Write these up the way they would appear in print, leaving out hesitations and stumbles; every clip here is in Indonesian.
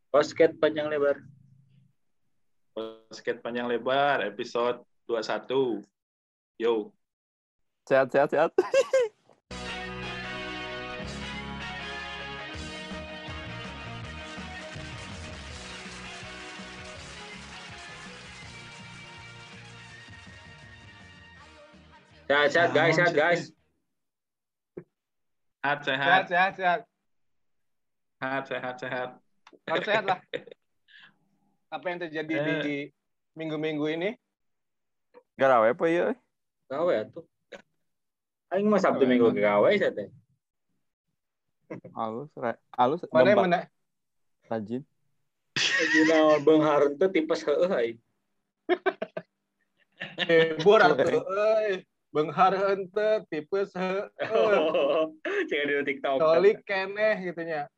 Basket panjang lebar. Basket panjang lebar episode 21. Yo. Sehat. Sehat guys. Sehat. Harus sehat lah. Apa yang terjadi di minggu-minggu ini? Gawe apa ya? Gawe atuh. Aing mah Sabtu Minggu gawe saya teh. Alus Mana rajin. Dina beunghareun teh tipes heueuh ai. Hibur atuh euy. Beunghareun teh tipes heueuh. Cek di TikTok. Tolik keneh gitunya.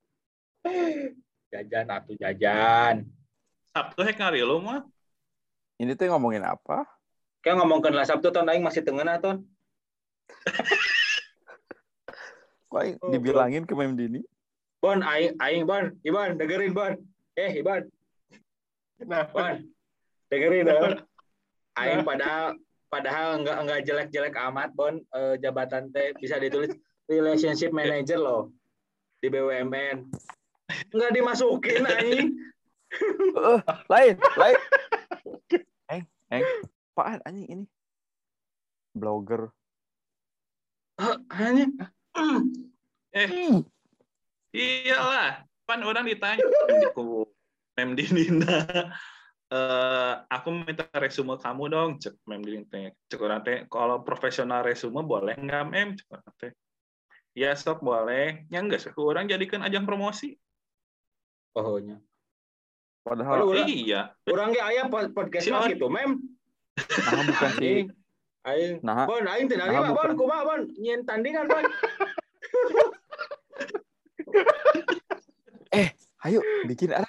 Jajan. Sabtu hek ngari lu mah. Ini tuh ngomongin apa? Kayak ngomongkeun lah Sabtu tahun aing masih tengeuna ton. Kok dibilangin ke Mem Dini? Bon, aing Bon, Iban dengerin Bon. Iban. Nah, Bon. Dengerin dong. Aing padahal enggak jelek-jelek amat Bon, jabatan teh bisa ditulis relationship manager loh di BUMN. Enggak dimasukin aing. Lain. Apaan anjing ini? Blogger. Hanya Iyalah, pan orang ditanya ku Mem Dinina. Aku minta resume kamu dong, cek Mem Dinina. Cek orang teh kalau profesional resume boleh enggak Mem? Cek orang teh. Ya sok boleh. Ya enggak sih, orang jadikan ajang promosi. pokoknya. Padahal iya. Urang ge aya podcast mah gitu, Mem. nah bukan sih. Aing. Nah, Bon, aing teh narima Bon, kumaha Bon? Nyen tandingan Bon. Ayo bikin arah.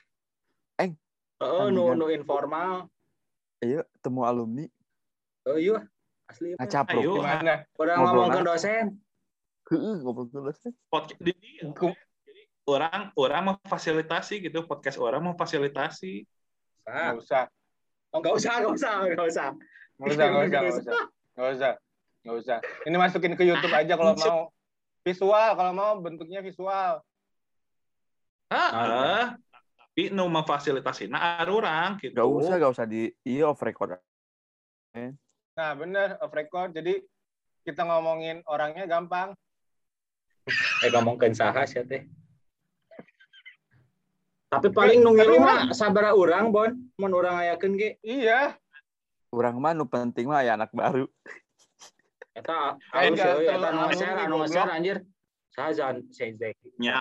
Nu informal. Ayo temu alumni. Oh iya, asli apa? Ngacapruk. Ayo. gimana? Orang Ngobrol ngomong ke lah. dosen. Ngobrol terus. Podcast di dia. Jadi orang mau fasilitasi gitu, podcast orang mau fasilitasi. Nggak usah. Nggak usah. Ini masukin ke YouTube aja kalau mau. Visual, kalau mau bentuknya visual. Tapi nu memfasilitasi orang gitu. Gak usah di off record. Nah, bener off record. Jadi kita ngomongin orangnya gampang. Ngomongkeun saha sia teh. Tapi paling nu ngilu mah sabaraha urang, Bon. Mun urang ayakeun ge. Iya. Urang mah nu penting mah aya anak baru. Eta alus euy, eta nu nge-share anjir. Saha Zeki. Nya.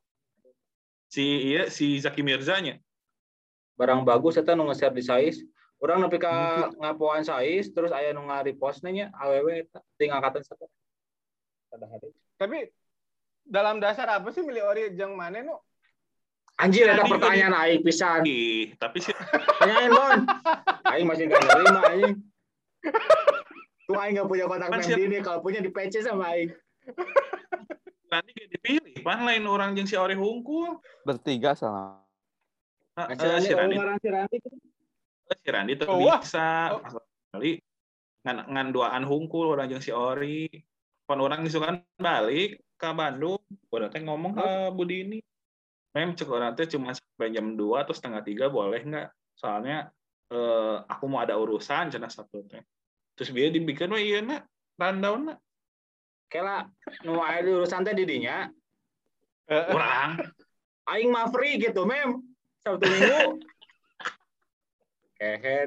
Si Zaki Mirzanya. Barang bagus eta nu nge-share di Sais. Urang nepi ka ngapoan Sais terus aya nu nga-repost nya awewe eta ting angkatan satu. Tapi dalam dasar apa sih milih ori jeung maneh nu? Anjir eta pertanyaan aing pisan. Tapi sih tanyain Bon. Aing masih enggak nerima aing. Tuh aing enggak punya kontak Mem Dini, kalau punya di PC sama aing. nanti gak dipilih, pan lain orang jeung si Ori hungkul. Bertiga salah. Si Randi tuh bisa. Kali ngan duaan hungkul orang jeung si Ori. Pan orang disukan balik ke Bandung, udah teh ngomong ke Budini. Mem cek orang teh cuma sampai jam 2 atau setengah 3 boleh nggak? Soalnya aku mau ada urusan cenah Sabtu teh. Terus dia dibikin wah iya na rundown na. Kela nu aya urusan teh di dinya. Urang Aing mah free gitu, Mem. Sabtu Minggu. Kehead.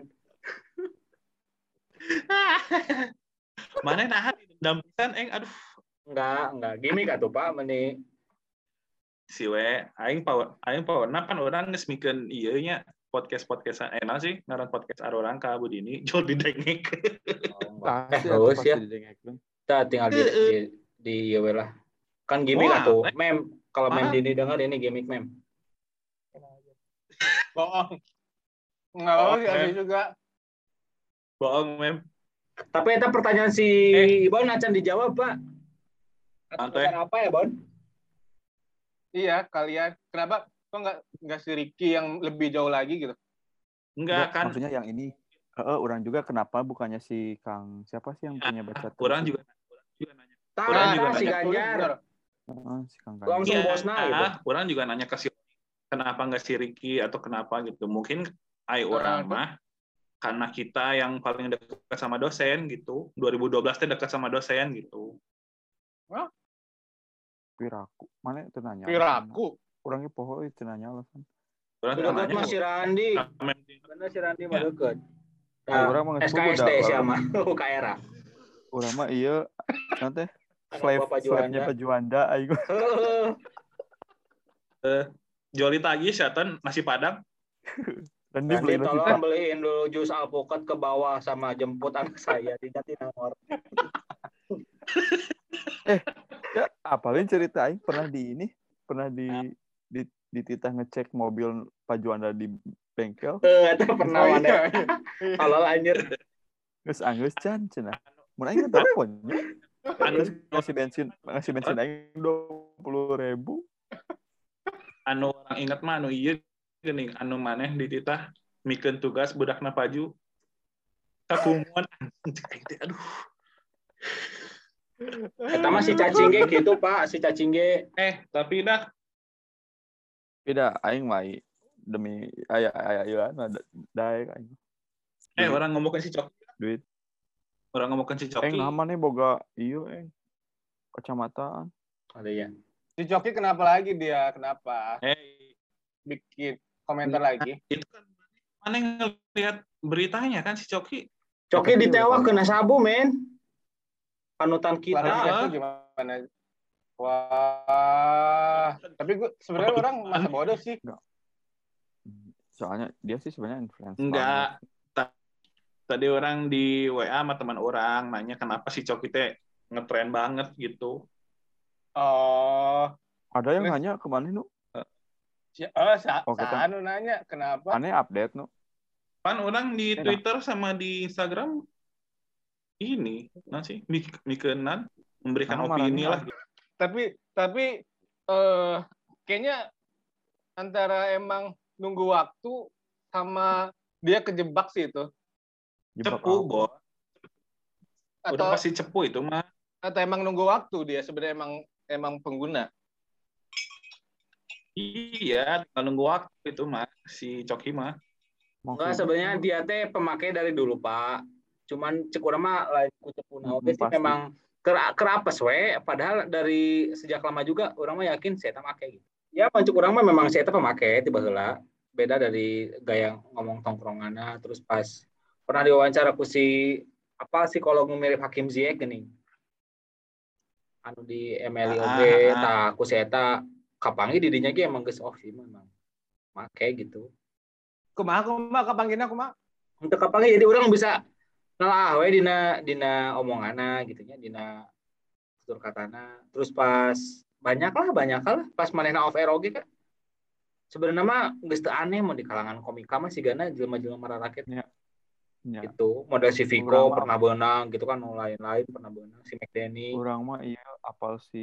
Mana nahan dendam pisan aduh. Enggak gimik atuh Pak meni. Si we aing powerna kan orang geus mikeun ieu nya podcast-podcastan enak sih ngaran podcast arurang ka Budini jol didengek. Terus ya. Kita tinggal di ieu lah. Kan gimik atuh. Mem, kalau Mem Dini dengar ini gimik Mem. Bohong. Enggak sih juga. Bohong Mem. Tapi itu pertanyaan si Bon acan dijawab, Pak. Apa ya, Bon? Iya, kalian. Kenapa? Kok nggak si Ricky yang lebih jauh lagi gitu? Enggak kan, Maksudnya yang ini. Orang juga kenapa bukannya si Kang siapa sih yang punya baca orang tulis? juga nanya. Tah, Orang juga si nanya. Ganjar. Si Kang Langsung Ganjar. bosna gitu. Orang juga nanya ke si kenapa nggak si Ricky atau kenapa gitu. Mungkin orang mah karena kita yang paling dekat sama dosen gitu. 2012 teh dekat sama dosen gitu. Piraku. Mana itu nanya? Piraku. Orangnya poho itu nanya alasan. Orang Dekat nanya mah si Randi. sama Bener si Randi mah deket. Orang mah SKSD siapa? UKRA. Orang mah iya nanti Anak Bapak Juanda. slave-nya Pak Juanda ayo. Joli tagih Satan nasi Padang. Randi Nanti beli nasi tolong Padang. beliin dulu jus alpukat ke bawah sama jemput anak saya di Jatinangor. Ya, apalagi cerita aing pernah dititah ngecek mobil Pak Juanda di bengkel. Itu pernah mana? Kalau anjir. Geus anggeus can cenah. Mun aing teleponnya. Terus ngasih bensin aing 20.000. Anu orang ingat mah anu ieu geuning anu maneh dititah mikeun tugas budakna Paju. Kakumuan aduh. Eta mah si cacing ge gitu, Pak, si cacing ge. Tapi dah Beda aing mah demi aya daek aing. orang ngomongin si Coki. Duit. Orang ngomongin si Coki. Nama nih boga kacamataan. Ada ya. Si Coki kenapa lagi dia? Kenapa? Bikin komentar lagi. Itu kan mana ngelihat beritanya kan si Coki. Coki ditewak kena sabu, men. Panutan kita. Itu gimana? Wah, tapi gue sebenarnya orang masa bodoh sih. Soalnya dia sih sebenarnya influencer. Enggak. Tadi orang di WA sama teman orang nanya kenapa si Coki teh ngetren banget gitu. Oh. Ada yang nanya kemana nu? Anu nanya kenapa? Aneh update nu. Kan orang di Twitter sama di Instagram ini nasi mikenan memberikan opini lah. Tapi kayaknya antara emang nunggu waktu sama dia kejebak sih itu. Cepu, Bo. Udah pasti cepu itu mah. Atau emang nunggu waktu dia sebenarnya emang pengguna. Iya, nunggu waktu itu mah si Coki mah. Enggak, sebenarnya dia teh pemakai dari dulu, Pak. Cuman cek urang mah lain ku cepu naon sih memang kerapes we, padahal dari sejak lama juga orang mah yakin saya make gitu. Ya pancuk urang mah memang saya pemakai tiba heula. Beda dari gaya ngomong tongkronganna, terus pas pernah diwawancara ku si psikolog mirip Hakim Ziyech geuning. Anu di MLOG tah ku saya eta kapangi didinya ge emang geus sih memang make gitu. Kumaha kapanggina kumaha? Untuk kapangi jadi urang bisa ngalah we dina omonganna gitu nya, dina tutur katana. Terus pas banyak lah pas manehna off air oge kan. Sebenarnya mah geus teu aneh mun di kalangan komika mah sigana jelema-jelema raraket. Ya. Gitu. Model si Vico pernah beunang gitu kan, lain-lain pernah beunang si McDenny. Urang mah iya apal si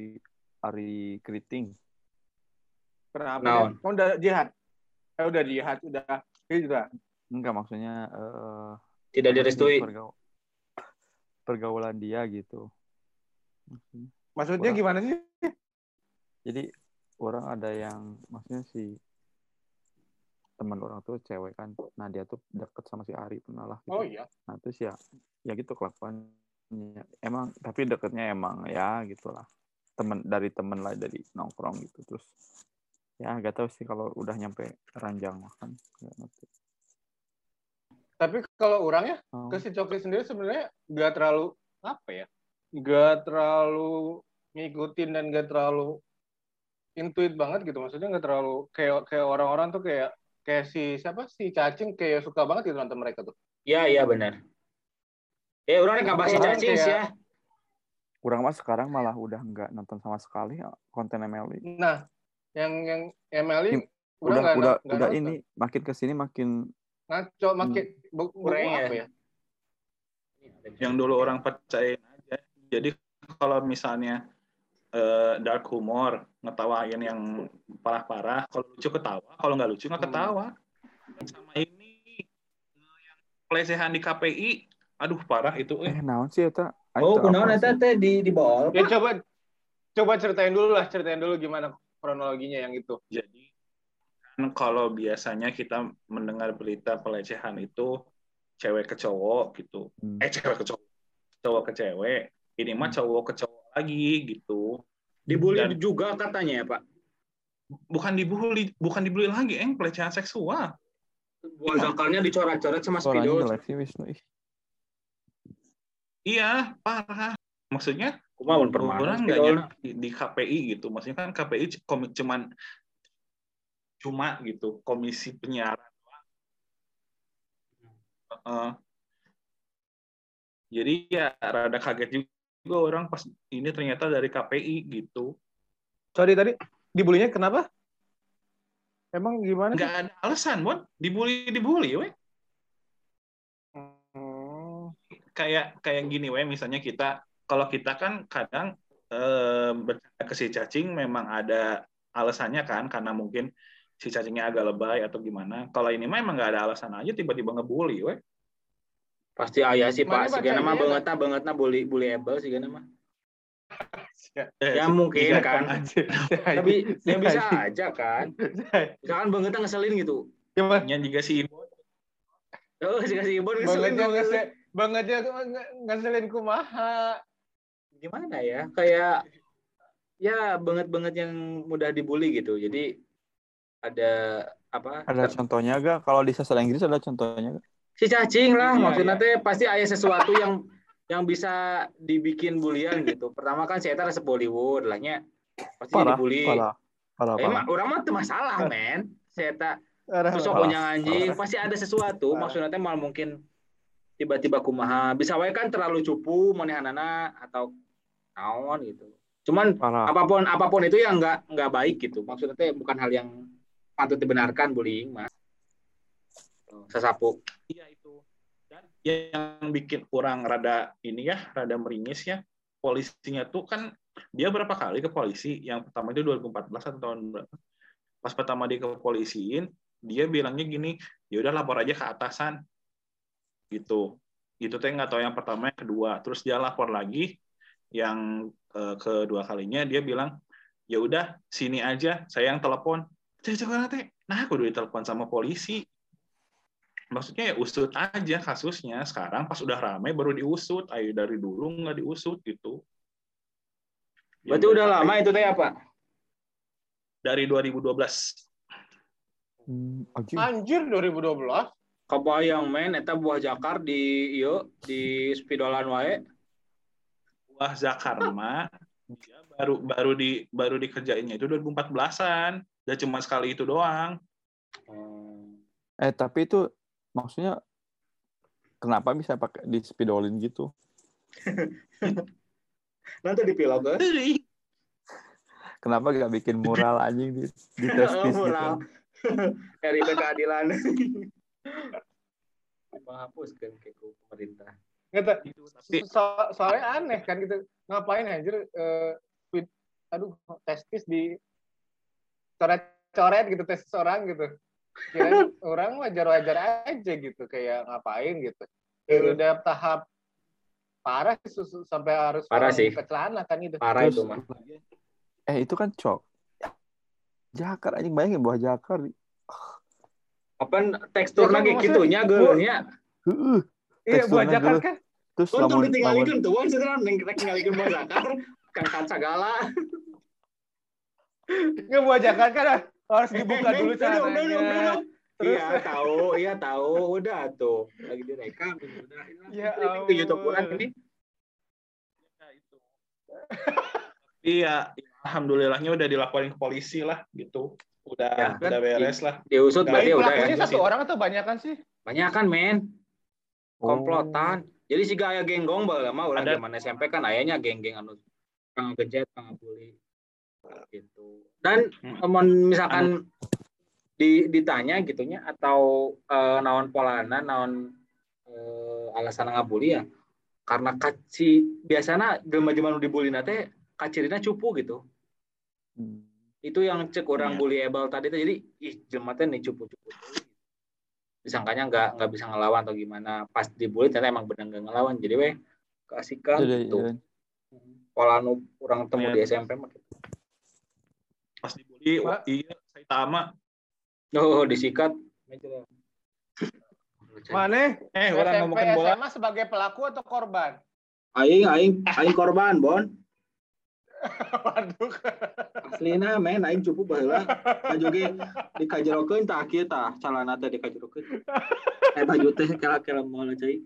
Ari Kriting. Kenapa? Udah jihad. Udah jihad, udah juga. Enggak, maksudnya tidak direstui pergaulan dia gitu. Maksudnya gimana sih? Jadi orang ada yang maksudnya si teman orang tuh cewek kan, nah dia tuh deket sama si Ari pernah lah gitu. Oh iya. Nah terus ya gitu kelakuannya emang, tapi deketnya emang ya gitulah temen lah dari nongkrong gitu. Terus ya nggak tahu sih kalau udah nyampe ranjang makan nggak ngerti. Tapi kalau orangnya ke si Coki sendiri sebenarnya nggak terlalu nggak terlalu ngikutin dan nggak terlalu intuit banget gitu. Maksudnya nggak terlalu kayak orang-orang tuh kayak si cacing kayak suka banget gitu nonton mereka tuh. Iya benar. Orang nggak bahas cacing sih ya. Kurang mas sekarang malah udah nggak nonton sama sekali konten MLI. Nah, yang MLI udah ini makin kesini makin ngaco, makin apa ya? Yang dulu orang percaya aja. Jadi kalau misalnya dark humor, ngetawain yang parah-parah. Kalau lucu ketawa, kalau nggak lucu nggak ketawa. Sama ini yang pelecehan di KPI, aduh parah itu. Naon sih eta? Oh, kunaon eta teh di bawah. Ya coba ceritain dulu gimana kronologinya yang itu. Jadi kan kalau biasanya kita mendengar berita pelecehan itu cewek ke cowok gitu. Cewek ke cowok, cowok ke cewek. Ini mah cowok ke cowok lagi gitu. Dibully juga katanya ya, Pak. Bukan dibully lagi, pelecehan seksual. Buah zakarnya dicoret-coret sama spidol. Iya, parah. Maksudnya orang nggak di KPI gitu. Maksudnya kan KPI cuma gitu, komisi penyiaran. Jadi ya rada kaget juga orang pas ini ternyata dari KPI gitu. Sorry tadi dibulinya kenapa? Emang gimana? Nggak ada alasan, Bon. Dibully, weh. Kayak gini, weh. Misalnya kalau kita kan kadang bercanda ke si cacing memang ada alasannya kan, karena mungkin si cacingnya agak lebay atau gimana. Kalau ini mah emang nggak ada alasan aja tiba-tiba ngebully, weh. Pasti ayah sih Pak, sigana mah bangetna bullyable sigana mah. Ya mungkin kan. Tapi ya bisa aja kan. Misalkan bangetnya ngeselin gitu. Yang juga si Ibon. Oh, si Ibon ngeselin. Bangetnya ngeselin kumaha. Gimana ya? Kayak ya banget yang mudah dibully gitu. Jadi ada apa? Ada contohnya gak? Kalau di sastra Inggris ada contohnya gak? Si cacing lah, maksudnya teh pasti ada sesuatu yang bisa dibikin bulian gitu. Pertama kan si eta resep Bollywood lahnya pasti dibully. Emang orang mah tuh masalah, men. Si eta sosok punya anjing, pasti ada sesuatu. Maksudnya teh mal mungkin tiba-tiba kumaha. Bisa wae kan terlalu cupu manehanana atau naon gitu. Cuman apapun itu yang enggak baik gitu. Maksudnya teh bukan hal yang patut dibenarkan bullying, Mas. Sesapu. Iya itu. Dan yang bikin orang rada meringis ya, polisinya tuh kan dia berapa kali ke polisi. Yang pertama itu 2014 atau tahun berapa. Pas pertama dia ke polisiin, dia bilangnya gini, ya udah lapor aja ke atasan. Gitu. Itu teh nggak tahu yang pertama, yang kedua. Terus dia lapor lagi, yang kedua kalinya dia bilang, ya udah sini aja, saya yang telepon. Nah aku udah ditelepon sama polisi. Maksudnya ya usut aja kasusnya. Sekarang pas udah ramai baru diusut. Ayo dari dulu nggak diusut gitu. Berarti udah lama itu teh apa? Dari 2012. Anjir 2012. Kebayang men, eta buah jakar di spidolan wae. Buah zakar mah dia baru dikerjainnya itu 2014-an. Dan cuma sekali itu doang. Tapi itu maksudnya kenapa bisa pakai di spidolin gitu? Nanti dipilok kan? Kenapa gak bikin mural anjing di testis mural. Gitu? RIP keadilan. Menghapuskan ke pemerintah. Soalnya aneh kan gitu. Ngapain anjir testis di coret-coret gitu testis orang gitu. Kira orang wajar-wajar aja gitu, kayak ngapain gitu. Udah tahap parah sampai harus ke celana kan itu. Parah itu mah. Itu kan jakar anjing, bayangin buah jakar. Apa teksturnya kayak gitunya geuleunya. Iya buah jakar kan. Terus untuk ditinggalikeun tuh wong sekarang tinggalikeun buah jakar kan segala. Nggak buah jakar kan harus dibuka dulu caranya. Iya tahu, udah tuh lagi direkam udah. Ya ke YouTube orang ini. Iya, alhamdulillahnya udah dilaporin ke polisi lah gitu. Udah beres lah. Diusut berarti udah ya. Satu orang atau banyakan sih? Banyakan, men. Komplotan. Jadi si gaya genggong bae mah ulah zaman SMP kan ayahnya geng-geng anu panggejet, pangabuli gitu. Dan misalkan ditanya gitunya atau naon polana naon alasan ngabuli ya karena si biasana jelema-jelema nu dibulina teh kacirina cupu gitu. Itu yang cek orang bullyable tadi tuh, jadi jelema teh nih cupu-cupu. Disangkanya nggak bisa ngelawan atau gimana, pas dibully ternyata emang bener nggak ngelawan, jadi weh keasikan gitu. Pola nu orang temu di SMP mah gitu. Pas dibully iya Saitama disikat mana orang ngomongin bola SMA sebagai pelaku atau korban? Aing korban, Bon. Waduh. Aslina men aing cupu baheula kajoge dikajerokeun tah kieu tah calana teh dikajerokeun. Baju teh kala moal cai.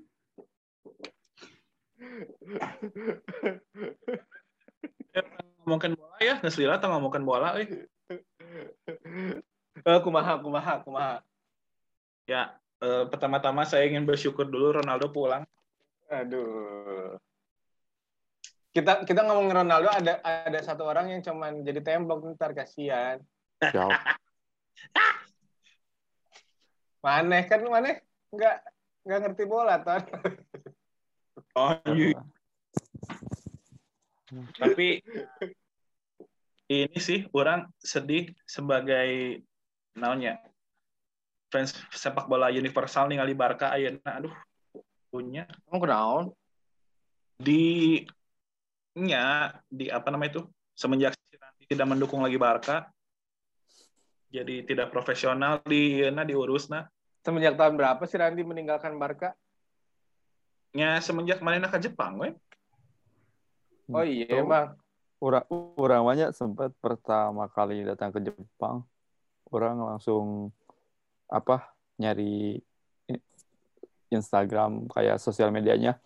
Ngomongin bola ya, geus lila tah ngomongin bola euy. Kumaha. Ya, pertama-tama saya ingin bersyukur dulu Ronaldo pulang. Aduh. Kita ngomongin Ronaldo, ada satu orang yang cuman jadi tembok, ntar kasihan. Maneh nggak ngerti bola Ton. Tapi ini sih orang sedih sebagai naonnya fans sepak bola universal ningali Barca ayeuna aduh punya kunaon di apa namanya itu semenjak tidak mendukung lagi Barca jadi tidak profesional diurusna. Semenjak tahun berapa sih Randy meninggalkan Barca? Ya semenjak manehna ke Jepang we. Oh iya emang. Orang banyak sempat pertama kali datang ke Jepang, orang langsung nyari Instagram kayak sosial medianya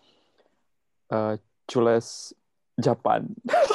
Cules Japan.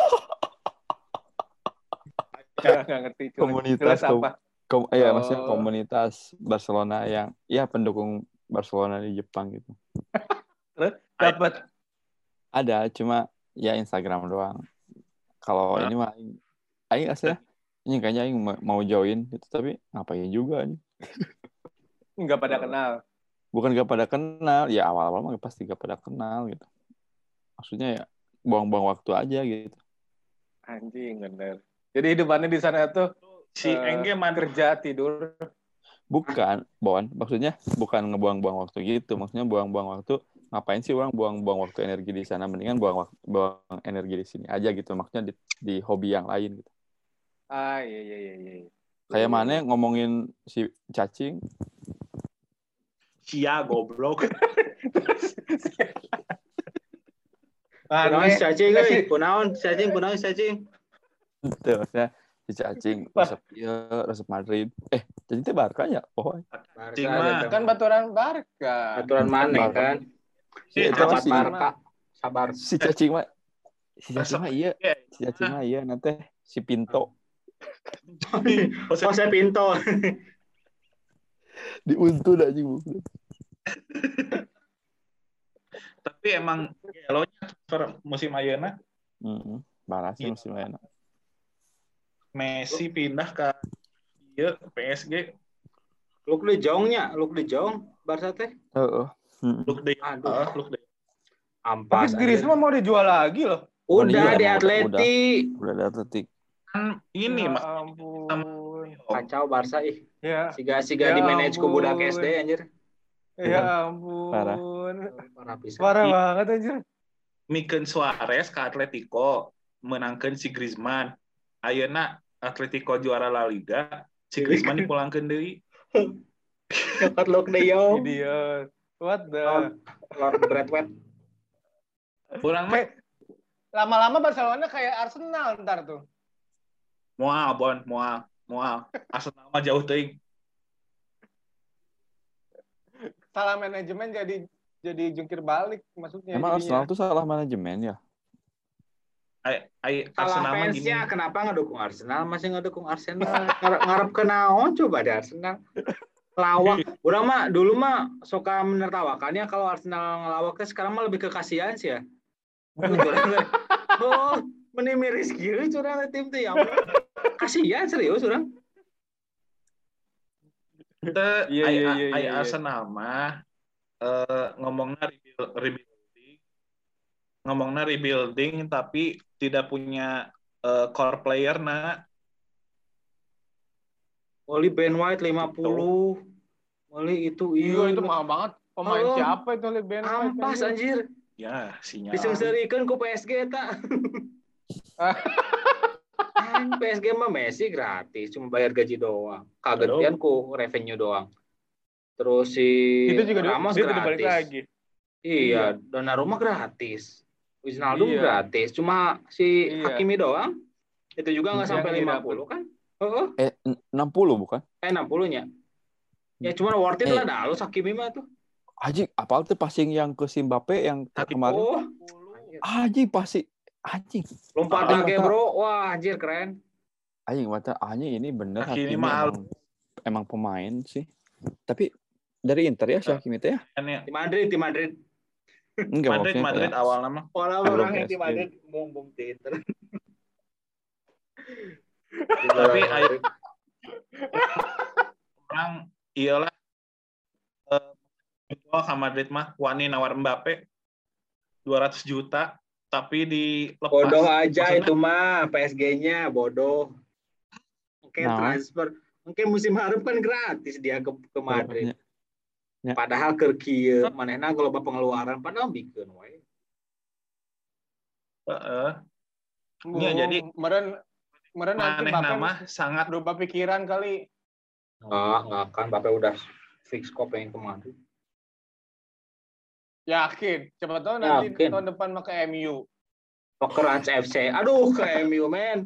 Nggak ngerti. Komunitas apa? Maksudnya komunitas Barcelona yang pendukung Barcelona di Jepang gitu. Terus dapat ada cuma ya Instagram doang. Kalau ini mah aing aslinya ini kayaknya aing mau join gitu tapi ngapain juga nih. Nggak pada kenal. Bukan nggak pada kenal, ya awal-awal mah pasti nggak pada kenal gitu. Maksudnya ya buang-buang waktu aja gitu. Anjing bener. Jadi hidupannya di sana tuh si Engge kerja tidur. Bukan, Bon. Maksudnya bukan ngebuang-buang waktu gitu. Maksudnya buang-buang waktu. Ngapain sih orang buang-buang waktu energi di sana? Mendingan buang energi di sini aja gitu. Maksudnya di hobi yang lain gitu. Iya. Kayak mana ngomongin si cacing? Cia goblok. Kunaon cacing euy? Kunaon cacing? Itu maksudnya si cacing resep Madrid. Cacing teh Barca ya? Oh. Cacing mah kan baturan Barca. Baturan mana kan? Sabar. Si cacing mah iya. Si cacing mah iya nanti si Pinto. Jose Pinto. Diuntun aja buku. Tapi emang elonya musim ayeuna. Parah sih musim ayeuna. Messi pindah ke PSG. Luke De Jong Barca teh. Luke De Ampas. Tapi Griezmann mau dijual lagi loh. Udah di Atleti. Udah di Atletik. Kan ini Mas. Kacau Barca ih. Ya. Siga di manage ku budak SD anjir. Ya ampun. Parah banget anjir. Mikeun Suarez ke Atletico menangkeun si Griezmann. Ayeuna Atletico juara La Liga, si Griezmann dipulangkeun deui. Dapat Luke De Jong. Idiot. What the Lord Bradway. Kurang mah lama-lama Barcelona kayak Arsenal ntar tuh. Mual. Arsenal mah jauh teuing. Salah manajemen jadi jungkir balik maksudnya. Emang Arsenal tuh salah manajemen ya? Salah fansnya kenapa ngedukung Arsenal masih ngedukung Arsenal ngarep kenaon coba deh Arsenal lawak urang mah dulu mah suka menertawakannya kalau Arsenal ngelawaknya sekarang mah lebih ke kasihan sih ya meni miris gitu curang tim tuh ya kasihan serius urang Arsenal mah ngomongnya rebuilding ngomongnya rebuilding tapi tidak punya core player na. Oli Ben White 50. Oli itu Iya itu mahal banget. Pemain siapa itu Oli Ben White? Ampas anjir. Ya, sinyal. Disengserikan ku PSG tak. PSG mah Messi gratis, cuma bayar gaji doang. Kagetian ku revenue doang. Terus si itu juga Ramos dia gratis. balik lagi. Iya, Donnarumma gratis. Wijnaldum gratis. Cuma si Hakimi doang. Itu juga nggak sampai 50 kan? 60 bukan? 60-nya. Ya cuma worth it lah dah lu Hakimi mah tuh. Haji, apal tuh passing yang ke Mbappe yang kemarin? Haji pasti anjing. Lompat lagi bro. Wah, anjir keren. Anjing mata ini bener Hakimi emang pemain sih. Tapi dari Inter ya si Hakimi teh ya? Di Madrid. Enggak Madrid awal nama. Orang yang di Madrid bom Twitter. Tapi orang iyalah ke Madrid mah wani nawar Mbappe 200 juta tapi dilepas. Bodoh aja maksudnya, itu mah PSG-nya bodoh. Oke, transfer. Oke, musim harum kan gratis dia ke Madrid. Ya. Padahal ke kieu manehna loba pengeluaran padahal bikin wae. Ya, jadi meren nanti Bapak sangat berubah pikiran kali. Enggak kan Bapak udah fix kok pengen ke Madrid. Yakin, coba tahu nanti tahun depan mau ke MU. Poker FC. Aduh, ke MU men.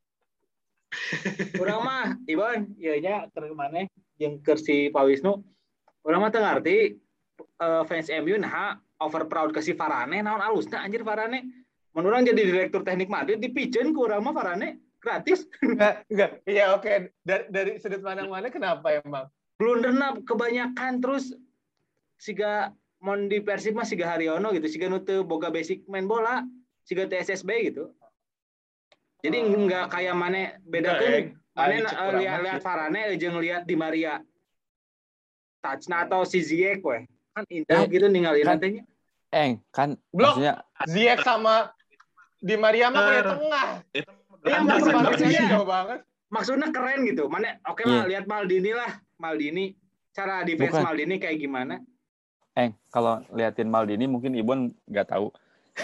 Urang mah Iban, ieu nya keur maneh jeung keur si Pak Wisnu. Urang mah teu ngarti fans MU nah over proud ke si Varane naon alusna anjir Varane. Mun urang jadi direktur teknik Madrid dipikeun ku urang mah Varane gratis. Enggak. Iya oke. Dari sudut pandang mana kenapa emang? Blunderna kebanyakan terus siga mon di Persib mah siga Haryono gitu, siga nu teu boga basic main bola, siga TSSB gitu. Jadi enggak kayak mana bedakeun mana lihat Varane jeung lihat Di Maria. Touchna atau si Ziyech we. Kan indah gitu ninggalin nantinya. Kan maksudnya Ziyech sama Di Maria mah punya tengah. Iya maksudnya jauh banget. Maksudnya keren gitu. Mana oke lah lihat Maldini. Cara defense Maldini kayak gimana? Kalau liatin Maldini mungkin Ibon nggak tahu.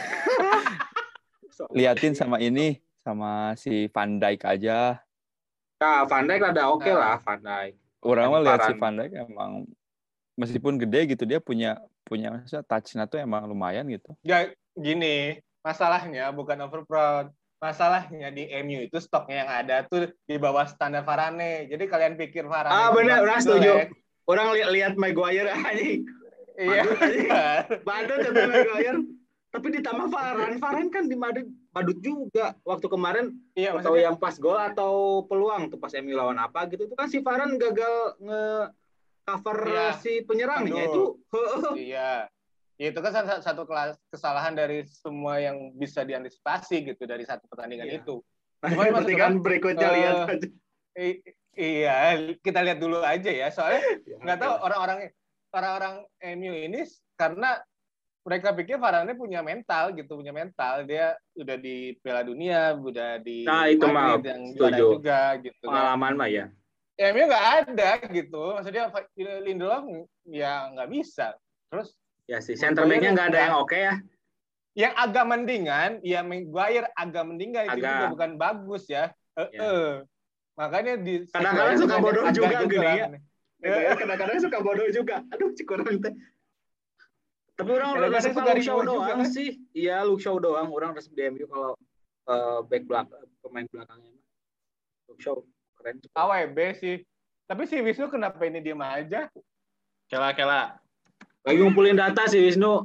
Liatin sama si Van Dijk aja. Nah, Van Dijk ada oke lah Van Dijk. Orang mah lihat si Van Dijk emang meskipun gede gitu dia punya maksudnya touch-nya tuh emang lumayan gitu. Ya gini, masalahnya bukan overproud. Masalahnya di MU itu stoknya yang ada tuh di bawah standar Varane. Jadi kalian pikir Varane benar, orang setuju. Orang lihat Maguire anjing. Iya. Badut kata Maguire. Tapi ditambah Varane kan di Madrid badut juga. Waktu kemarin atau yang pas gol atau peluang tuh pas MU lawan apa gitu itu kan si Varane gagal nge-cover si penyerangnya itu. Iya. Itu kan satu kesalahan dari semua yang bisa diantisipasi gitu dari satu pertandingan itu. Cuma pertandingan berikutnya lihat aja. Iya, kita lihat dulu aja ya. Soalnya nggak tahu orang-orang MU ini karena mereka pikir Varane punya mental. Dia udah di Piala Dunia, udah di itu mah yang juara juga gitu. Pengalaman mah ya. MU nggak ada gitu. Maksudnya Lindelof ya nggak bisa. Terus ya sih, center back-nya nggak ada yang oke ya. Yang agak mendingan, ya Maguire agak mendingan itu juga bukan bagus ya. Makanya kadang-kadang suka bodoh juga gini ya. Kadang-kadang suka bodoh juga. Aduh, cikurang teh. Tapi orang resep Luke Shaw doang sih. Iya, Luke Shaw doang. Orang resep di MU kalau back belakang pemain belakangnya. Luke Shaw keren. AWB sih. Tapi si Wisnu kenapa ini diem aja? Kela. Lagi ngumpulin data sih Wisnu.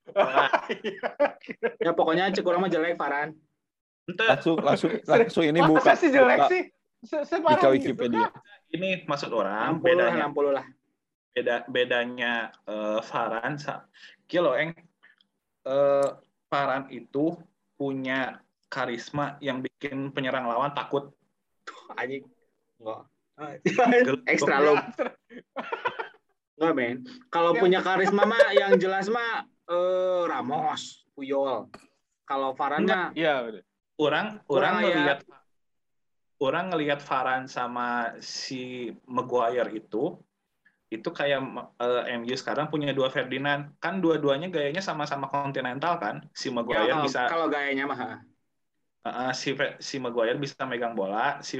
Ya pokoknya cek orang mah jelek Farhan. Langsung ini buka. Masa sih jelek sih? Buka Wikipedia. Ini maksud orang 60 lah. Bedanya Farhan Farhan itu punya karisma yang bikin penyerang lawan takut. Anjing. Enggak. Ekstra low. Enggak, men. Kalau punya karisma mah yang jelas mah Ramos, Puyol. Kalau Varane mah iya. Orang ngelihat Varane sama si Maguire itu kayak MU sekarang punya dua Ferdinand, kan dua-duanya gayanya sama-sama kontinental kan. Si Maguire ya, bisa kalau gayanya mah si Maguire bisa megang bola, si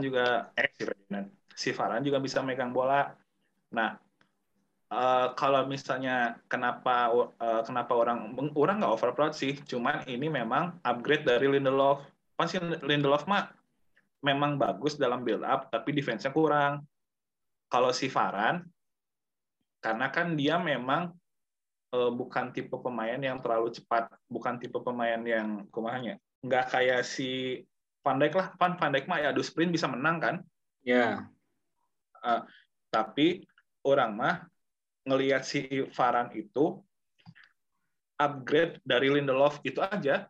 Varane juga bisa megang bola. Nah, kalau misalnya kenapa orang nggak overproud sih, cuman ini memang upgrade dari Lindelof. Pasti Lindelof mah memang bagus dalam build up, tapi defense-nya kurang. Kalau si Varane, karena kan dia memang bukan tipe pemain yang terlalu cepat, bukan tipe pemain yang kumahnya, nggak kayak si Van Dijk lah. Van Dijk mah ya adu sprint bisa menang kan? ya. Tapi orang mah ngelihat si Varane itu upgrade dari Lindelof itu aja.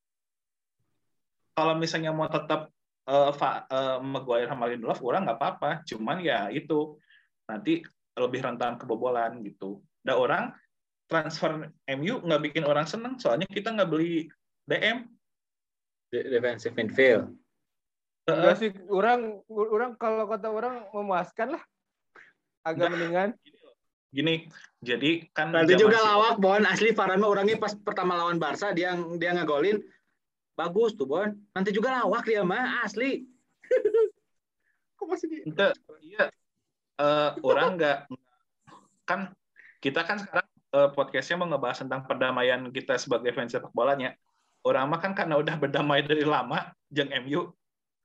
Kalau misalnya mau tetap Maguire sama Lindelof, orang nggak apa-apa. Cuman ya itu nanti lebih rentan kebobolan gitu. Dan orang transfer MU nggak bikin orang seneng, soalnya kita nggak beli DM. Defensive midfield. Enggak sih, orang kalau kata orang memuaskan lah. Agak mendingan. Gini, jadi kan nanti juga lawak, Bon. Asli Varane mah orangnya pas pertama lawan Barca dia ngegolin bagus tuh, Bon. Nanti juga lawak dia mah asli. Kok masih iya. Orang nggak kan kita kan sekarang podcastnya mau ngebahas tentang perdamaian kita sebagai fans sepak bolanya. Orang mah kan karena udah berdamai dari lama jeung MU.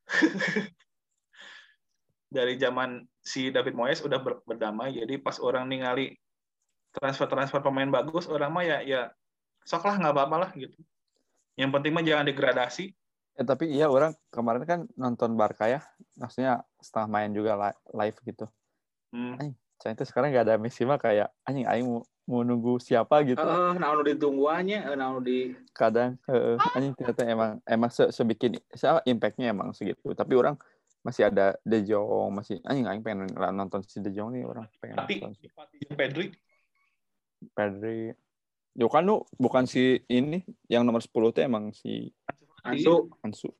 Dari zaman si David Moyes udah berdamai, jadi pas orang ningali transfer pemain bagus, orang mah ya sok lah, nggak apa-apa lah gitu. Yang penting mah jangan degradasi. Tapi iya, orang kemarin kan nonton Barca ya, maksudnya setengah main juga live gitu. Saya itu sekarang nggak ada Messi mah kayak aing mau nunggu siapa gitu. Nah ditungguannya, kadang anjing ternyata emang sebikin impact-nya emang segitu. Tapi orang masih ada De Jong, masih aing pengen nonton si De Jong nih, orang pengen nonton. Tapi Pedri. Yo kan lu bukan si ini yang nomor 10 itu emang si Ansu.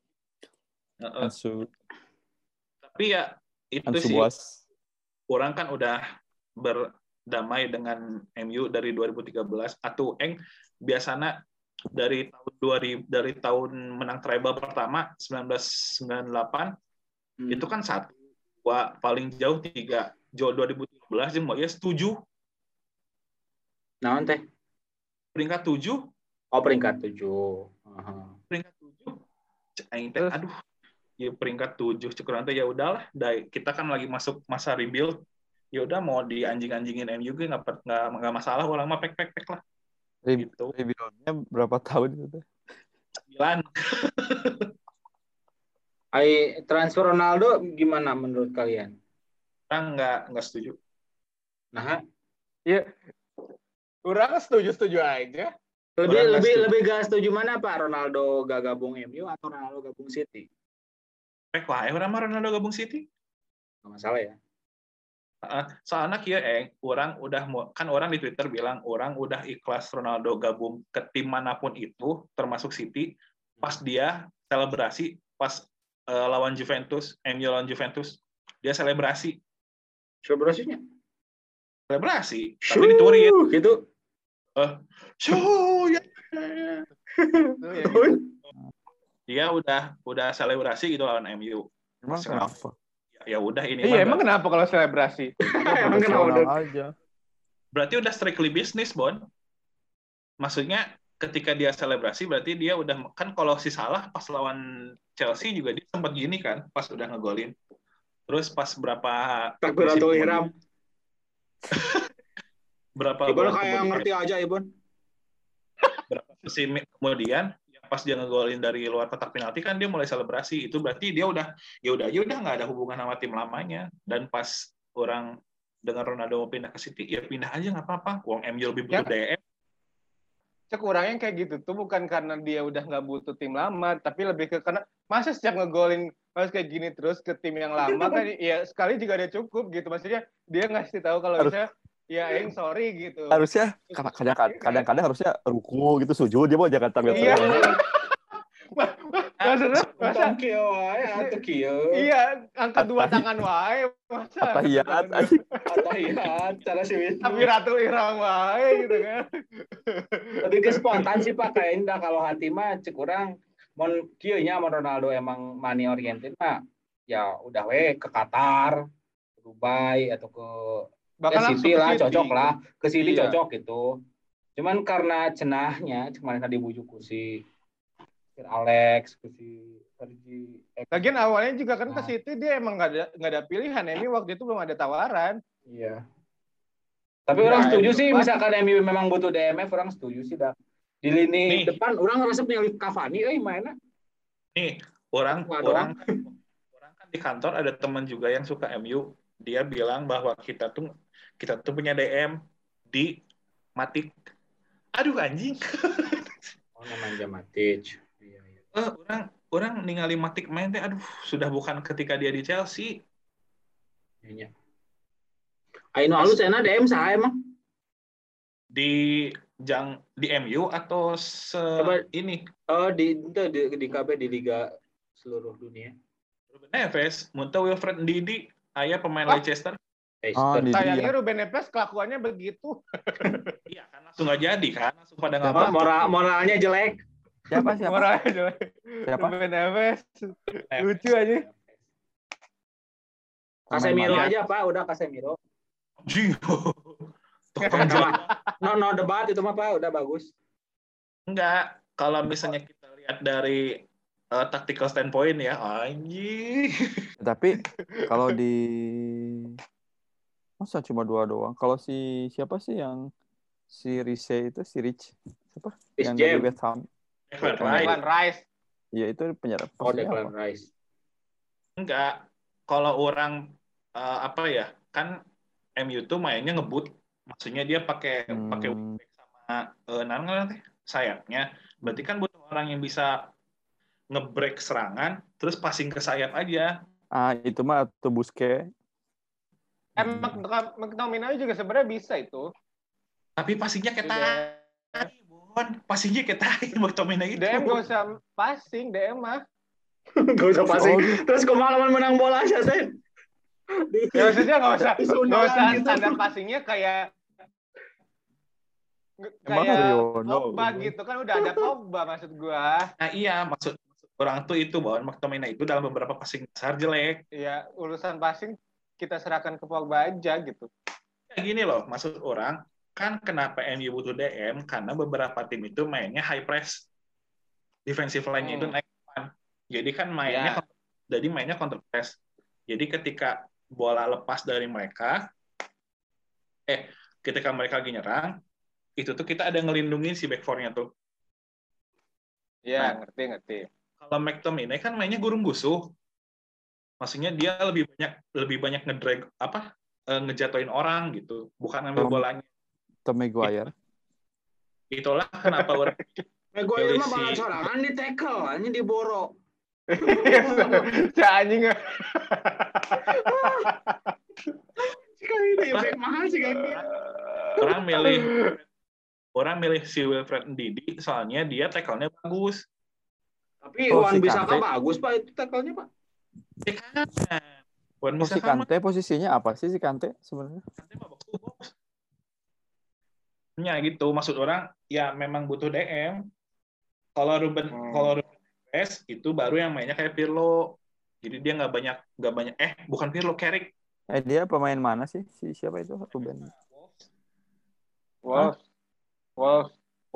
Tapi ya itu Ansu sih. Boas. Orang kan udah berdamai dengan MU dari 2013 atau biasanya dari tahun menang treble pertama 1998 itu kan 1, 2, paling jauh 3. Jauh 2013 jeung Moyes 7. Naon teh? Peringkat 7. Oh, peringkat 7. Peringkat 7. Aing teh aduh. Ya peringkat 7 cukuran teh ya udahlah. Kita kan lagi masuk masa rebuild. Ya udah mau dianjing-anjingin MU juga enggak masalah, orang mah pek lah. Gitu. Rebuild-nya berapa tahun itu? 9. Transfer Ronaldo gimana menurut kalian? Orang nggak setuju. Nah, ya, orang setuju aja. Lebih gak setuju mana Pak? Ronaldo gak gabung MU atau Ronaldo gabung City? Orang mah Ronaldo gabung City. Nggak masalah ya. Soalnya orang di Twitter bilang orang udah ikhlas Ronaldo gabung ke tim manapun itu, termasuk City. Pas dia selebrasi pas lawan Juventus, MU lawan Juventus, dia selebrasi. Selebrasinya? Selebrasi, tapi diturin gitu. Ya. Dia udah selebrasi gitu lawan MU. Emang kenapa? Ya udah ini. Iya, emang kenapa kalau selebrasi? Emang kenapa aja. Berarti udah strictly bisnis, Bon. Maksudnya ketika dia selebrasi berarti dia udah, kan kalau si Salah pas lawan Chelsea juga dia sempat gini kan pas udah ngegolin. Terus pas berapa Takbiratul ihram. Berapa Ibon kayak ngerti aja, Ibon. Berapa musim kemudian pas dia ngegolin dari luar kotak penalti kan dia mulai selebrasi. Itu berarti dia udah nggak ada hubungan sama tim lamanya. Dan pas orang dengar Ronaldo mau pindah ke City, ya pindah aja nggak apa-apa. Uang MU lebih butuh DM. Cek orangnya kayak gitu tuh bukan karena dia udah nggak butuh tim lama, tapi lebih ke karena masa setiap ngegolin harus kayak gini terus ke tim yang lama kan ya sekali juga ada cukup gitu. Maksudnya dia ngasih tahu kalau misalnya ya aing sorry gitu. Harusnya kadang-kadang harusnya ruku gitu sujud dia mau jangan tampil Iya. terus. Masa kieu wae atuh kieu. iya, angkat dua tangan wae. Masa Atahiyat. Atahiyat cara si Wisnu. Takbiratul ihram wae gitu kan. Lebih ke spontan sih Pak kayaknya kalau hati mah cek urang mon kieu nya mon Ronaldo emang money oriented mah ya udah we ke Qatar, ke Dubai atau ke Bahkan City lah cocok lah, ke City Iya. cocok gitu. Cuman karena cenahnya cuman dibujuk ku si Sir Alex, ku si Sergi. Lagian awalnya juga kan ke City dia emang nggak ada pilihan. Emi waktu itu belum ada tawaran. Iya. Tapi orang setuju sih misalkan MU memang butuh DMF, orang setuju sih dah. Di lini depan orang ngerasa nyelip Cavani mainnya. Nih, orang kan di kantor ada teman juga yang suka MU. Dia bilang bahwa kita tuh punya DM di Matic. Aduh anjing. Oh namanya Matic. Iya. Orang ningali Matic main teh aduh sudah bukan ketika dia di Chelsea. Iya. Aino alus enak DM saya emang di MU atau ini? Oh di KB di liga seluruh dunia. Ruben Neves, muntah Wilfred Ndidi, ayah pemain Leicester. Sayangnya Ruben Neves kelakuannya begitu. Iya kan langsung nggak jadi kan, langsung pada nggak mau. Moralnya jelek. Siapa? Moralnya jelek. Siapa? Ruben Neves. Lucu aja. Casemiro aja Pak, udah Casemiro. No debat itu mah Pak, udah bagus. Enggak, kalau misalnya kita lihat dari tactical standpoint ya, anjing. Tapi kalau di masa cuma 2 doang. Kalau siapa sih yang si Rice itu si Rich siapa? Yang dari West Ham. Declan Rice. Iya itu penyerang. Oh Declan Rice. Enggak, kalau orang apa ya kan MU tuh mainnya ngebut, maksudnya dia pakai wingback sama sayapnya. Berarti kan butuh orang yang bisa ngebreak serangan, terus passing ke sayap aja. Itu mah atau Busquets. McTominay juga sebenarnya bisa itu. Tapi passingnya kayak tai, Bon. Passingnya kayak tai McTominay itu. DM gak usah passing, DM mah. Gak usah passing. Terus kemalaman menang bola aja, Sen. Ya maksudnya gak usah standar passingnya kayak Pogba gitu kan udah ada Pogba maksud gua. Nah iya maksud orang tuh itu bahwa McTominay itu dalam beberapa passing besar jelek. Iya urusan passing kita serahkan ke Pogba aja gitu. Ya gini loh maksud orang kan kenapa MU butuh DM karena beberapa tim itu mainnya high press, defensive line-nya itu naik depan. Jadi kan mainnya counter press. Jadi ketika bola lepas dari mereka, ketika mereka lagi nyerang, itu tuh kita ada ngelindungin si back four-nya tuh. Iya, ngerti. Kalau McTominay kan mainnya gurung-gusuh. Maksudnya dia lebih banyak ngedrag ngejatuhin orang gitu, bukan ambil bolanya. Tom Maguire. Itulah kenapa orang Maguire mah balas serangan di tackle, anjing diborok. Anjing. Sekali ini efek mahal sih kan. Orang milih si Wilfred Ndidi soalnya dia tackle-nya bagus. Tapi Wan Bisaka bagus Pak itu tackle-nya Pak. Si Kante posisinya apa sih si Kante sebenarnya? Kante mah box. Ya gitu maksud orang ya memang butuh DM. Kalau Ruben Neves itu baru yang mainnya kayak Pirlo. Jadi dia nggak banyak bukan Pirlo, Carrick. Dia pemain mana sih? Siapa itu Ruben? Wolf.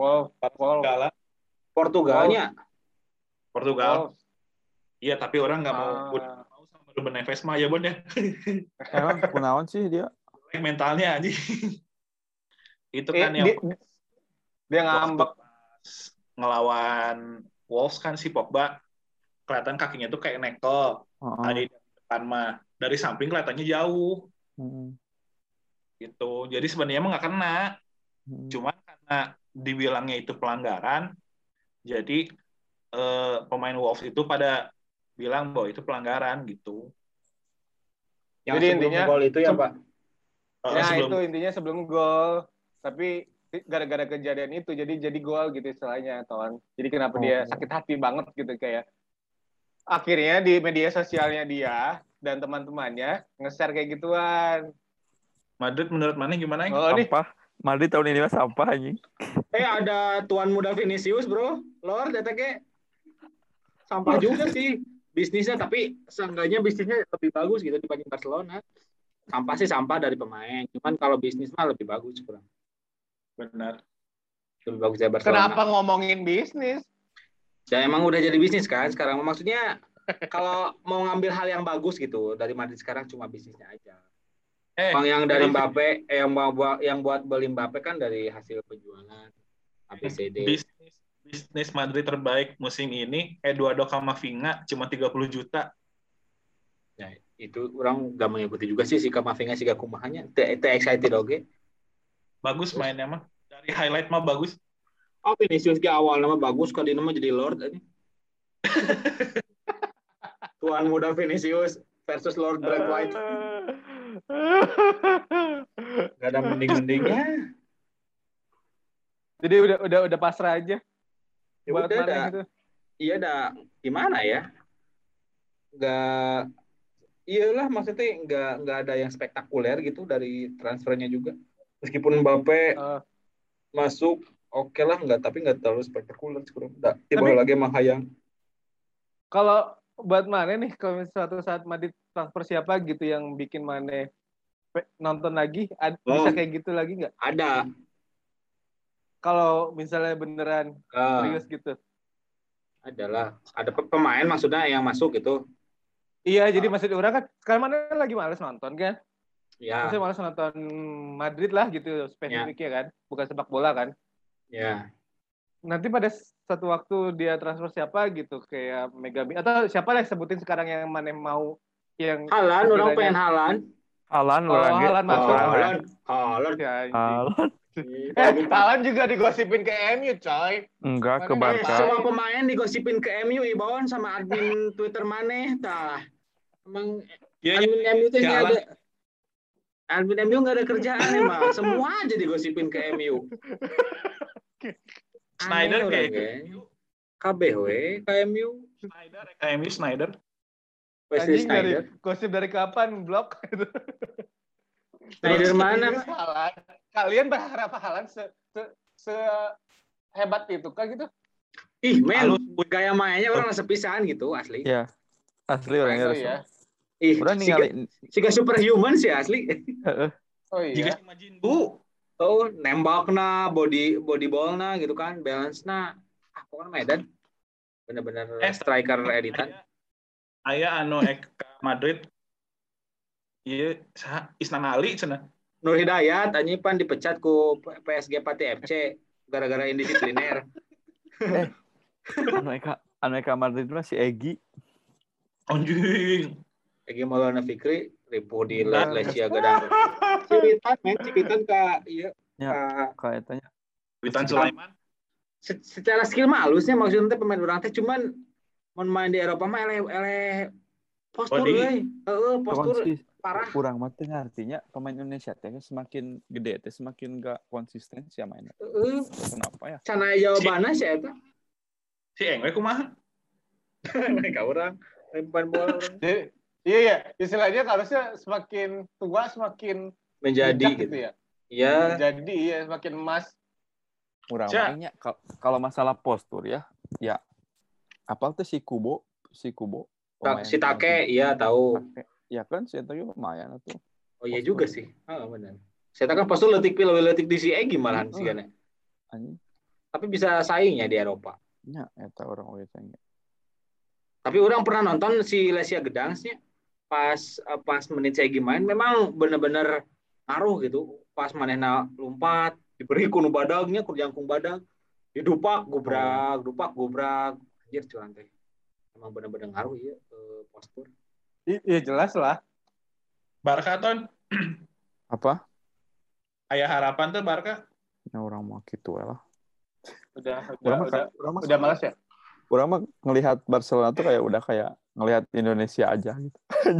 Portugalnya. Portugal. Iya, tapi orang nggak mau sama Ruben Neves mah ya, Bon ya. Emang kunaon sih dia? Mentalnya aja. Itu kan yang dia ngambek ngelawan Wolves kan si Pogba kelihatan kakinya tuh kayak nekel. Ada di depan mah dari samping kelihatannya jauh. Gitu. Jadi sebenarnya emang nggak kena. Cuman karena dibilangnya itu pelanggaran, jadi pemain Wolves itu pada bilang bahwa itu pelanggaran gitu. Yang jadi intinya gol itu ya Pak. Itu intinya sebelum gol. Tapi gara-gara kejadian itu jadi gol gitu istilahnya, Ton. Jadi kenapa dia sakit hati banget gitu kayak akhirnya di media sosialnya dia dan teman-temannya nge-share kayak gituan. Madrid menurut mana gimana? Sampah. Madrid tahun ini mah sampah anjing. Ada tuan muda Vinicius, bro. Lord, datanya sampah juga sih bisnisnya, tapi seenggaknya bisnisnya lebih bagus gitu dibanding Barcelona. Sampah sih sampah dari pemain, cuman kalau bisnis mah lebih bagus kurang. Benar. Lebih bagus dari Barcelona. Kenapa ngomongin bisnis? Ya emang udah jadi bisnis kan sekarang. Maksudnya kalau mau ngambil hal yang bagus gitu dari Madrid sekarang cuma bisnisnya aja. Yang dari Mbappe, yang buat beli Mbappe kan dari hasil penjualan ABCD. Bisnis Madrid terbaik musim ini Eduardo Camavinga cuma 30 juta. Ya, itu orang gak mengikuti juga sih si Camavinga si kumahanya. Itu excited oke. Bagus mainnya mah. Dari highlight mah bagus. Oh, Vinicius ke awal nama bagus, kali nama jadi Lord aja. Tuan muda Vinicius versus Lord Brad White. Gak ada mending-mendingnya. Jadi udah pasrah aja. Ya udah gitu. Iya dah, gimana ya? Iyalah maksudnya nggak ada yang spektakuler gitu dari transfernya juga. Meskipun Mbappe masuk, oke lah tapi nggak terlalu spektakuler sekarang. Tiba lagi emang hayang. Kalau buat mana nih kalau suatu saat Madrid transfer siapa gitu yang bikin mana nonton lagi bisa kayak gitu lagi nggak? Ada. Kalau misalnya beneran serius gitu. Ada pemain maksudnya yang masuk gitu. Iya, jadi maksud orang kan sekarang mana lagi males nonton kan? Iya. Maksudnya males nonton Madrid lah gitu spesifiknya kan, bukan sepak bola kan? Iya. Nanti pada satu waktu dia transfer siapa gitu kayak Megami atau siapa lah sebutin sekarang yang mana mau yang Haaland, orang pengen Haaland. Haaland masuk. Haaland. Haaland juga digosipin ke MU, coy. Enggak, ke Barca. Semua pemain digosipin ke MU, Ibon sama admin Twitter maneh tah. Emang admin MU itu nggak ada. Admin MU nggak ada kerjaan emang. Semua aja digosipin ke MU. Snyder kayak KBW, KMU. Snyder. Anjing dari gosip dari kapan blok? Snyder mana? Kalian berharap Haaland sehebat itu kah gitu? Ih, men, gaya mainnya orang sepisan gitu asli. Iya. Asli orangnya ya. Ih, orang ninggalin siga superhuman sih asli. Oh iya. Jika Majin Bu. Oh, nembakna, body ball-na gitu kan, balance-na. Pokoknya Medan. Bener-bener striker editan. Aya anu ke Madrid. Iya, Isnan Ali cenah. Nur Hidayat anjing pan dipecat ku PSG Pati FC gara-gara indisipliner. Anu Eka Madrid mah si Egi. Anjing. Egi Maulana Fikri, Ripo di Lesia Gadang. Cibitan ka ieu. Ya, kayaknya. Witan Sulaiman. Secara skill mah halusnya maksudnya pemain urang teh cuman mun main di Eropa mah eleh postur euy. Postur parah. Kurang mah teh artinya pemain Indonesia teh semakin gede teh semakin enggak konsisten sih mainnya. Kenapa ya? Cenah jawabanna sih eta. Si Engwe kumaha? Ka urang, pemain bola urang. Iya, istilahnya harusnya semakin tua semakin menjadi gitu ya. Iya. Jadi ya semakin emas. Kurang mainnya kalau masalah postur ya apa tuh si Kubo si Take iya tahu. Ya kan si Take lumayan tuh. Oh iya juga sih. Benar. Saya kan postur letik di si Egi malahan sih kan. Tapi bisa saingnya di Eropa. Ya, eta orang oge saingnya. Tapi orang pernah nonton si Lesia Gedangsnya pas menit saya main memang benar-benar ngaruh gitu. Pas manehna lompat diberi kuno badagnya kurjangkung badag didupak gubrak anjir cuan teh. Emang benar-benar ngaruh ya postur. Iya jelas lah. Barca ton. Apa? Aya harapan tuh Barca. Ya orang mau gitu lah. Udah malas ya? Orang mah ngelihat Barcelona tuh udah kayak ngelihat Indonesia aja gitu.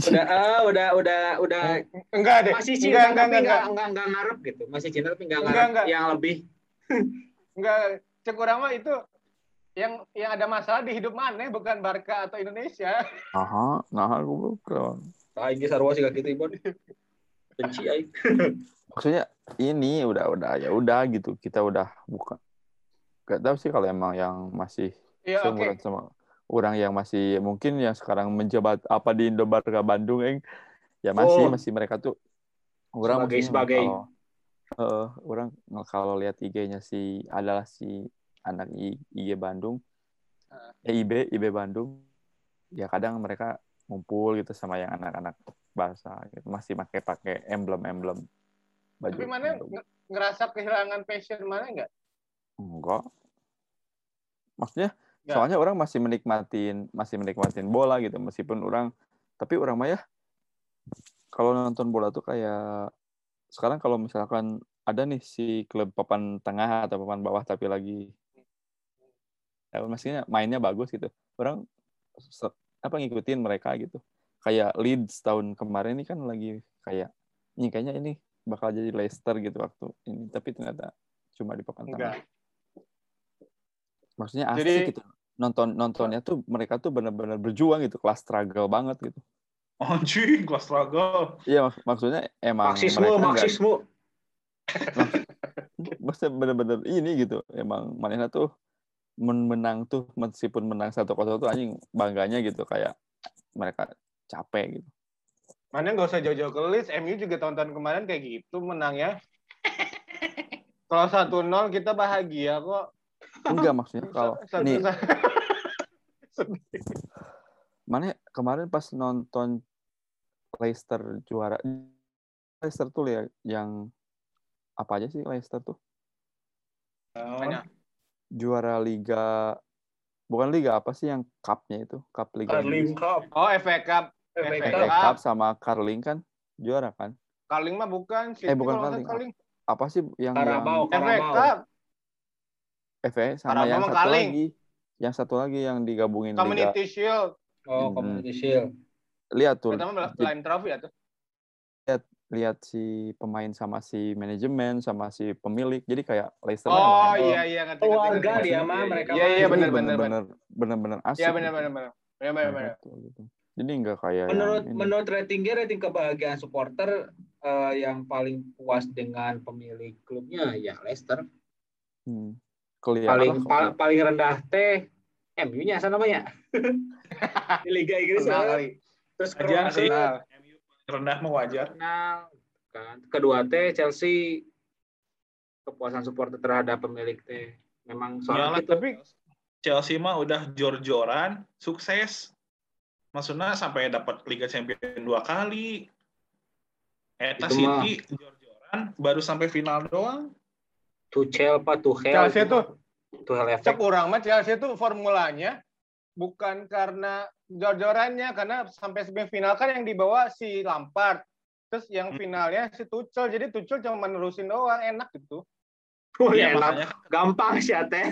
Udah Enggak deh. masih cinta tapi enggak. enggak ngarep gitu. Masih cinta tapi enggak ngarep yang lebih. Enggak, cek orang mah itu yang ada masalah di hidup mana bukan Barca atau Indonesia. Nah aku bukan. Aing sarua sih gitu Ibon. Benci aing. Maksudnya ini udah ya udah gitu. Kita udah bukan. Gak tahu sih kalau emang yang masih seumuran sama orang yang masih mungkin yang sekarang menjabat apa di Indo Barca Bandung ya masih mereka tuh orang sebagai kalau orang kalau lihat IG-nya adalah si anak IG Bandung IB Bandung ya kadang mereka ngumpul gitu sama yang anak-anak Barca gitu masih pakai emblem baju. Tapi mana ngerasa kehilangan passion mana enggak maksudnya soalnya orang masih menikmatin bola gitu meskipun tapi orang mah ya kalau nonton bola tuh kayak sekarang kalau misalkan ada nih si klub papan tengah atau papan bawah tapi lagi maksudnya mainnya bagus gitu orang ngikutin mereka gitu kayak Leeds tahun kemarin ini kan lagi kayaknya ini bakal jadi Leicester gitu waktu ini tapi ternyata cuma di papan tengah. Maksudnya asik gitu. Nontonnya tuh mereka tuh benar-benar berjuang gitu, kelas struggle banget gitu. Anjing, kelas struggle. Iya, maksudnya emang Marxisme. Maksudnya benar-benar ini gitu. Emang manehna tuh menang tuh meskipun menang 1-0 tuh anjing bangganya gitu kayak mereka capek gitu. Mana nggak usah jauh-jauh ke Leeds, MU juga tahun-tahun kemarin kayak gitu menangnya. Kalau 1-0 kita bahagia kok. Enggak maksudnya kalau ini mana kemarin pas nonton Leicester juara Leicester tuh ya yang apa aja sih Leicester tuh juara liga bukan liga apa sih yang cupnya itu cup liga Carling Cup FA Cup Cup sama Carling kan juara kan Carling mah bukan bukan Carling apa sih yang Carabao FA Cup FA sama yang satu lagi yang digabungin Community Shield. Community Shield. Lihat tuh. Pertama lain trofi ya tuh. Lihat si pemain sama si manajemen sama si pemilik. Jadi kayak Leicester. Iya ngerti. Keluarga dia mah mereka. Iya benar asik. Iya benar. Gitu. Jadi enggak kayak menurut rating kebahagiaan supporter yang paling puas dengan pemilik klubnya ya Leicester. Paling rendah teh MU-nya asal namanya di Liga Inggris terus wajar sih MU rendah mah wajar kan kedua teh Chelsea kepuasan supporter terhadap pemilik teh memang soal itu tapi Chelsea mah udah jor-joran sukses maksudnya sampai dapat Liga Champions 2 kali eta City jor-joran baru sampai final doang Tuchel Chelsea tuh cek orang mah Chelsea tuh formulanya bukan karena jor-jorannya karena sampai semifinal kan yang dibawa si Lampard terus yang finalnya si Tuchel jadi Tuchel cuma menerusin doang enak gitu enak gampang sih teh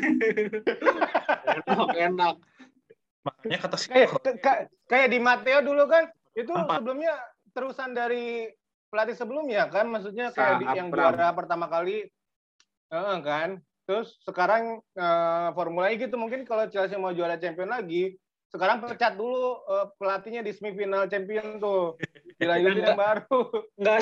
enak makanya kata si kayak di Matteo dulu kan itu sebelumnya terusan dari pelatih sebelumnya kan maksudnya kayak yang juara pertama kali kan terus sekarang formulanya gitu mungkin kalau Chelsea mau juara champion lagi sekarang pecat dulu pelatihnya di semifinal champion tuh dilanjutin yang baru nggak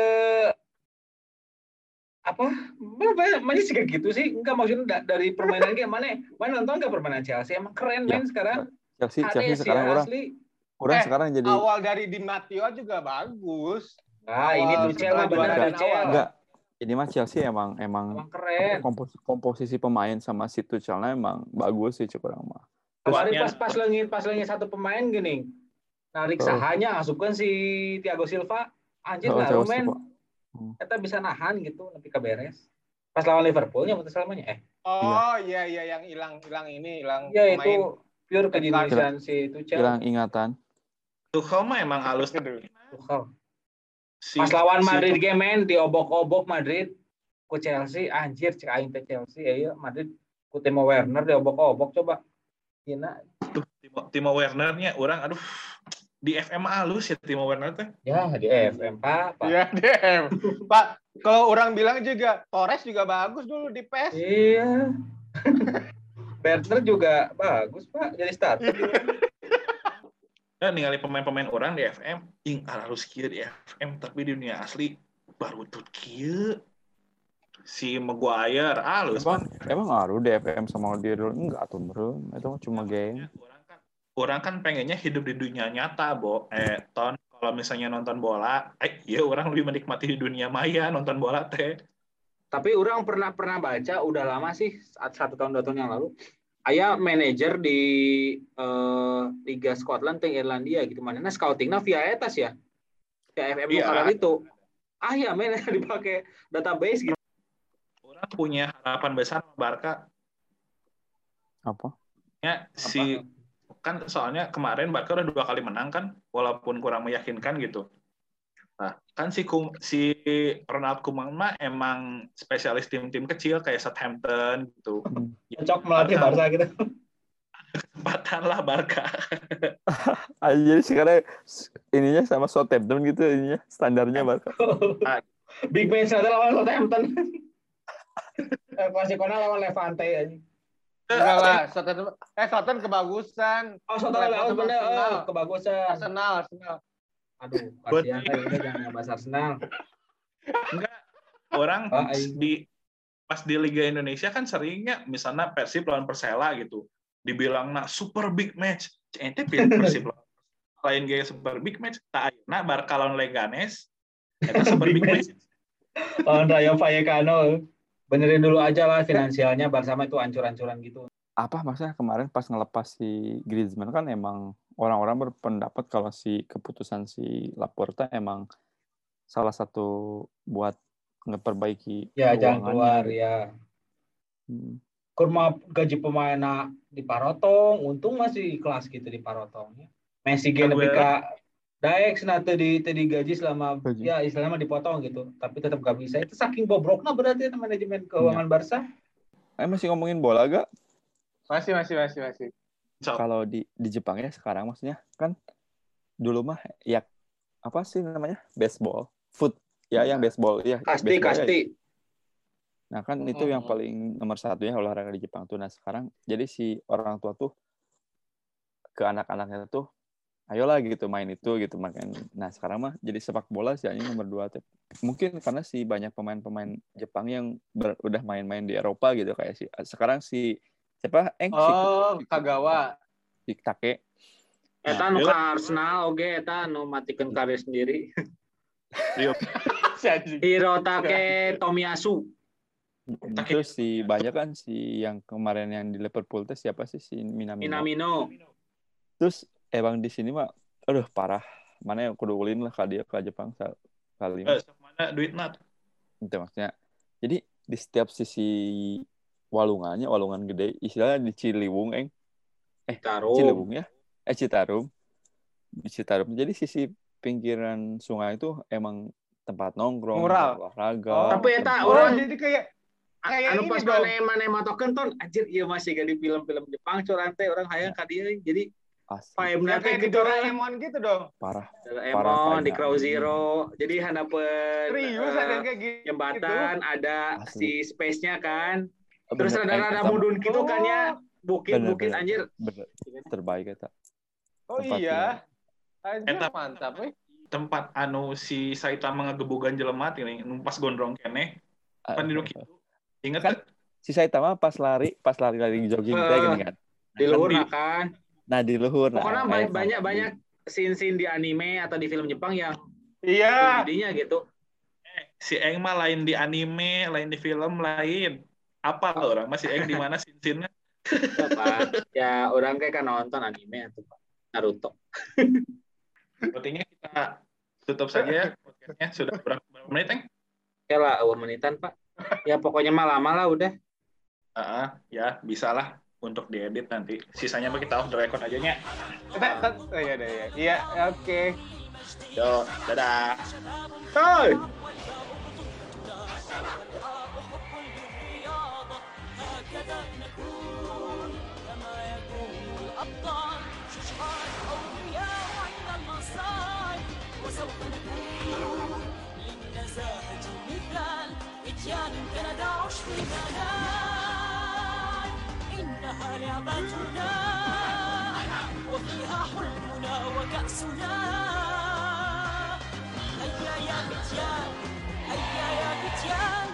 masih kayak gitu sih enggak maksudnya dari permainan kayak mana nonton nggak permainan Chelsea emang keren main sekarang Chelsea sekarang orang sekarang jadi awal dari Di Matteo juga bagus ini Tuchel benar enggak ini mah Chelsea emang keren. Komposisi pemain sama si Tuchelnya emang bagus sih cukup mah. Kemarin pas lengit satu pemain gini. Narik sahanya ngasupkan si Thiago Silva anjir ngaruh men. Kita bisa nahan gitu lebih ke beres. Pas lawan Liverpoolnya putus selamanya iya yang hilang pemain. Itu pure kejeniusan si Tuchel. Hilang ingatan. Tuchel mah emang halus Tuchel. Pas lawan Madrid game main diobok-obok Madrid ku Chelsea anjir cek aing teh Chelsea Madrid ku Timo Werner diobok-obok coba Gina. Timo Werner-nya orang aduh di FM halus ya Timo Werner teh. Ya di FM Pak. Ya di FM. Pak, kalau orang bilang juga Torres juga bagus dulu di PES. Iya. Werner juga bagus Pak jadi starter. Ya ningali pemain-pemain orang di FM, halus kieu di FM tapi di dunia asli baru tut kieu. Si Maguire halus emang ngaruh di FM sama dia dulu enggak tuh bro, itu cuma game. Orang kan pengennya hidup di dunia nyata, Ton. Kalau misalnya nonton bola, ya orang lebih menikmati di dunia maya nonton bola teh. Tapi orang pernah baca, udah lama sih, 1 tahun 2 tahun yang lalu, aya manajer di Liga Scotland teng Irlandia gitu, manehna scoutingna via etas ya, via FM lokal itu. Ya manajer dipakai database gitu. Orang punya harapan besar Barca. Apa? Ya si kan soalnya kemarin Barca udah 2 kali menang kan, walaupun kurang meyakinkan gitu. Nah, kan si Ronald Koeman mah emang spesialis tim-tim kecil kayak Southampton gitu. Cocok melatih Barca gitu. Kesempatan lah Barca. Jadi sekarang ininya sama Southampton gitu ininya standarnya Barca. Big match lawan Southampton. Klasikona lawan Levante aja. Enggak lah, Southampton kebagusan. Southampton bener, kebagusan. Arsenal. Aduh, kasihan kayaknya jangan bahas Arsenal. Enggak, orang pas di Liga Indonesia kan seringnya misalnya Persib lawan Persela gitu. Dibilang super big match. Ente Persib lain gaya super big match. Tak ayeuna Barca lawan Leganes. Eta super big match. Lawan Rayo Vallecano. Benerin dulu aja lah finansialnya Barca itu ancur-ancuran gitu. Apa maksudnya kemarin pas ngelepas si Griezmann kan emang orang-orang berpendapat kalau si keputusan si Laporta emang salah satu buat ngeperbaiki ya jangan keluar ya. Kurma gaji pemainnya diparotong, untung masih kelas gitu diparotongnya. Messi gene pika daek senate di gaji selama ya istilahnya dipotong gitu, tapi tetap gak bisa. Itu saking bobroknya berarti manajemen keuangan Barca. Masih ngomongin bola gak? Masih. Kalau di Jepang ya sekarang maksudnya kan dulu mah ya apa sih namanya baseball, foot ya yang baseball ya. Kasti. Nah kan itu yang paling nomor 1 ya olahraga di Jepang tuh. Nah sekarang jadi si orang tua tuh ke anak-anaknya tuh ayolah gitu main itu gitu makan. Nah sekarang mah jadi sepak bola sih anjing nomor 2. Mungkin karena si banyak pemain-pemain Jepang yang udah main-main di Eropa gitu kayak si sekarang si siapa? Kagawa. Si Take. Eta nu ka Arsenal oge eta nu matikeun karir sendiri. Hirotake Tomiyasu. Terus si banyak kan si yang kemarin yang di Liverpool teh siapa sih si Minamino. Terus emang di sini mah aduh parah. Mana yang kudu ulin lah ka dia ke Jepang kali. Mana duitna? Itu maksudnya. Jadi di setiap sisi walungan gede istilahnya di Ciliwung Ciliwung ya Citarum di Citarum jadi sisi pinggiran sungai itu emang tempat nongkrong olahraga tapi eta orang jadi kayak anu pas mana matokeun ton anjir ieu masih gak di film-film Jepang curang teh orang hayang ka dieu jadi vibe-na kayak di Doraemon gitu dong. Parah di Crow Zero. Jadi hanapeun jembatan gitu. Ada si space-nya kan. Terus rada-rada mudun gitu kan ya. Bukit-bukit anjir. Bener. Terbaik eta. Oh iya. Anjir mantap Tempat anu si Saitama ngagebugan jelema ini numpas gondrong keneh. Pan di kitu. Ingat kan si Saitama pas lari jogging teh gini kan. Di luhur kan. Nah di luhur. Pokoknya banyak scene-scene di anime atau di film Jepang yang komedinya gitu. Si Eng mah lain di anime, lain di film, lain. Apa orang masih Eng di mana scene-nya? Ya orang kayak kan nonton anime atau Naruto. Sepertinya kita tutup saja podcastnya. Sudah berapa menit, Eng? Ya lah, 2 menitan, Pak. Ya pokoknya lama lah udah. Ya bisa lah untuk diedit nanti. Sisanya mah kita off the record aja nya. Iya, oke. Yo, dadah. Hey. سوف نكون للنزاهة مثال فتيان كندعش في منال إنها لعبتنا وفيها حلمنا وكأسنا هيا يا فتيان هيا يا فتيان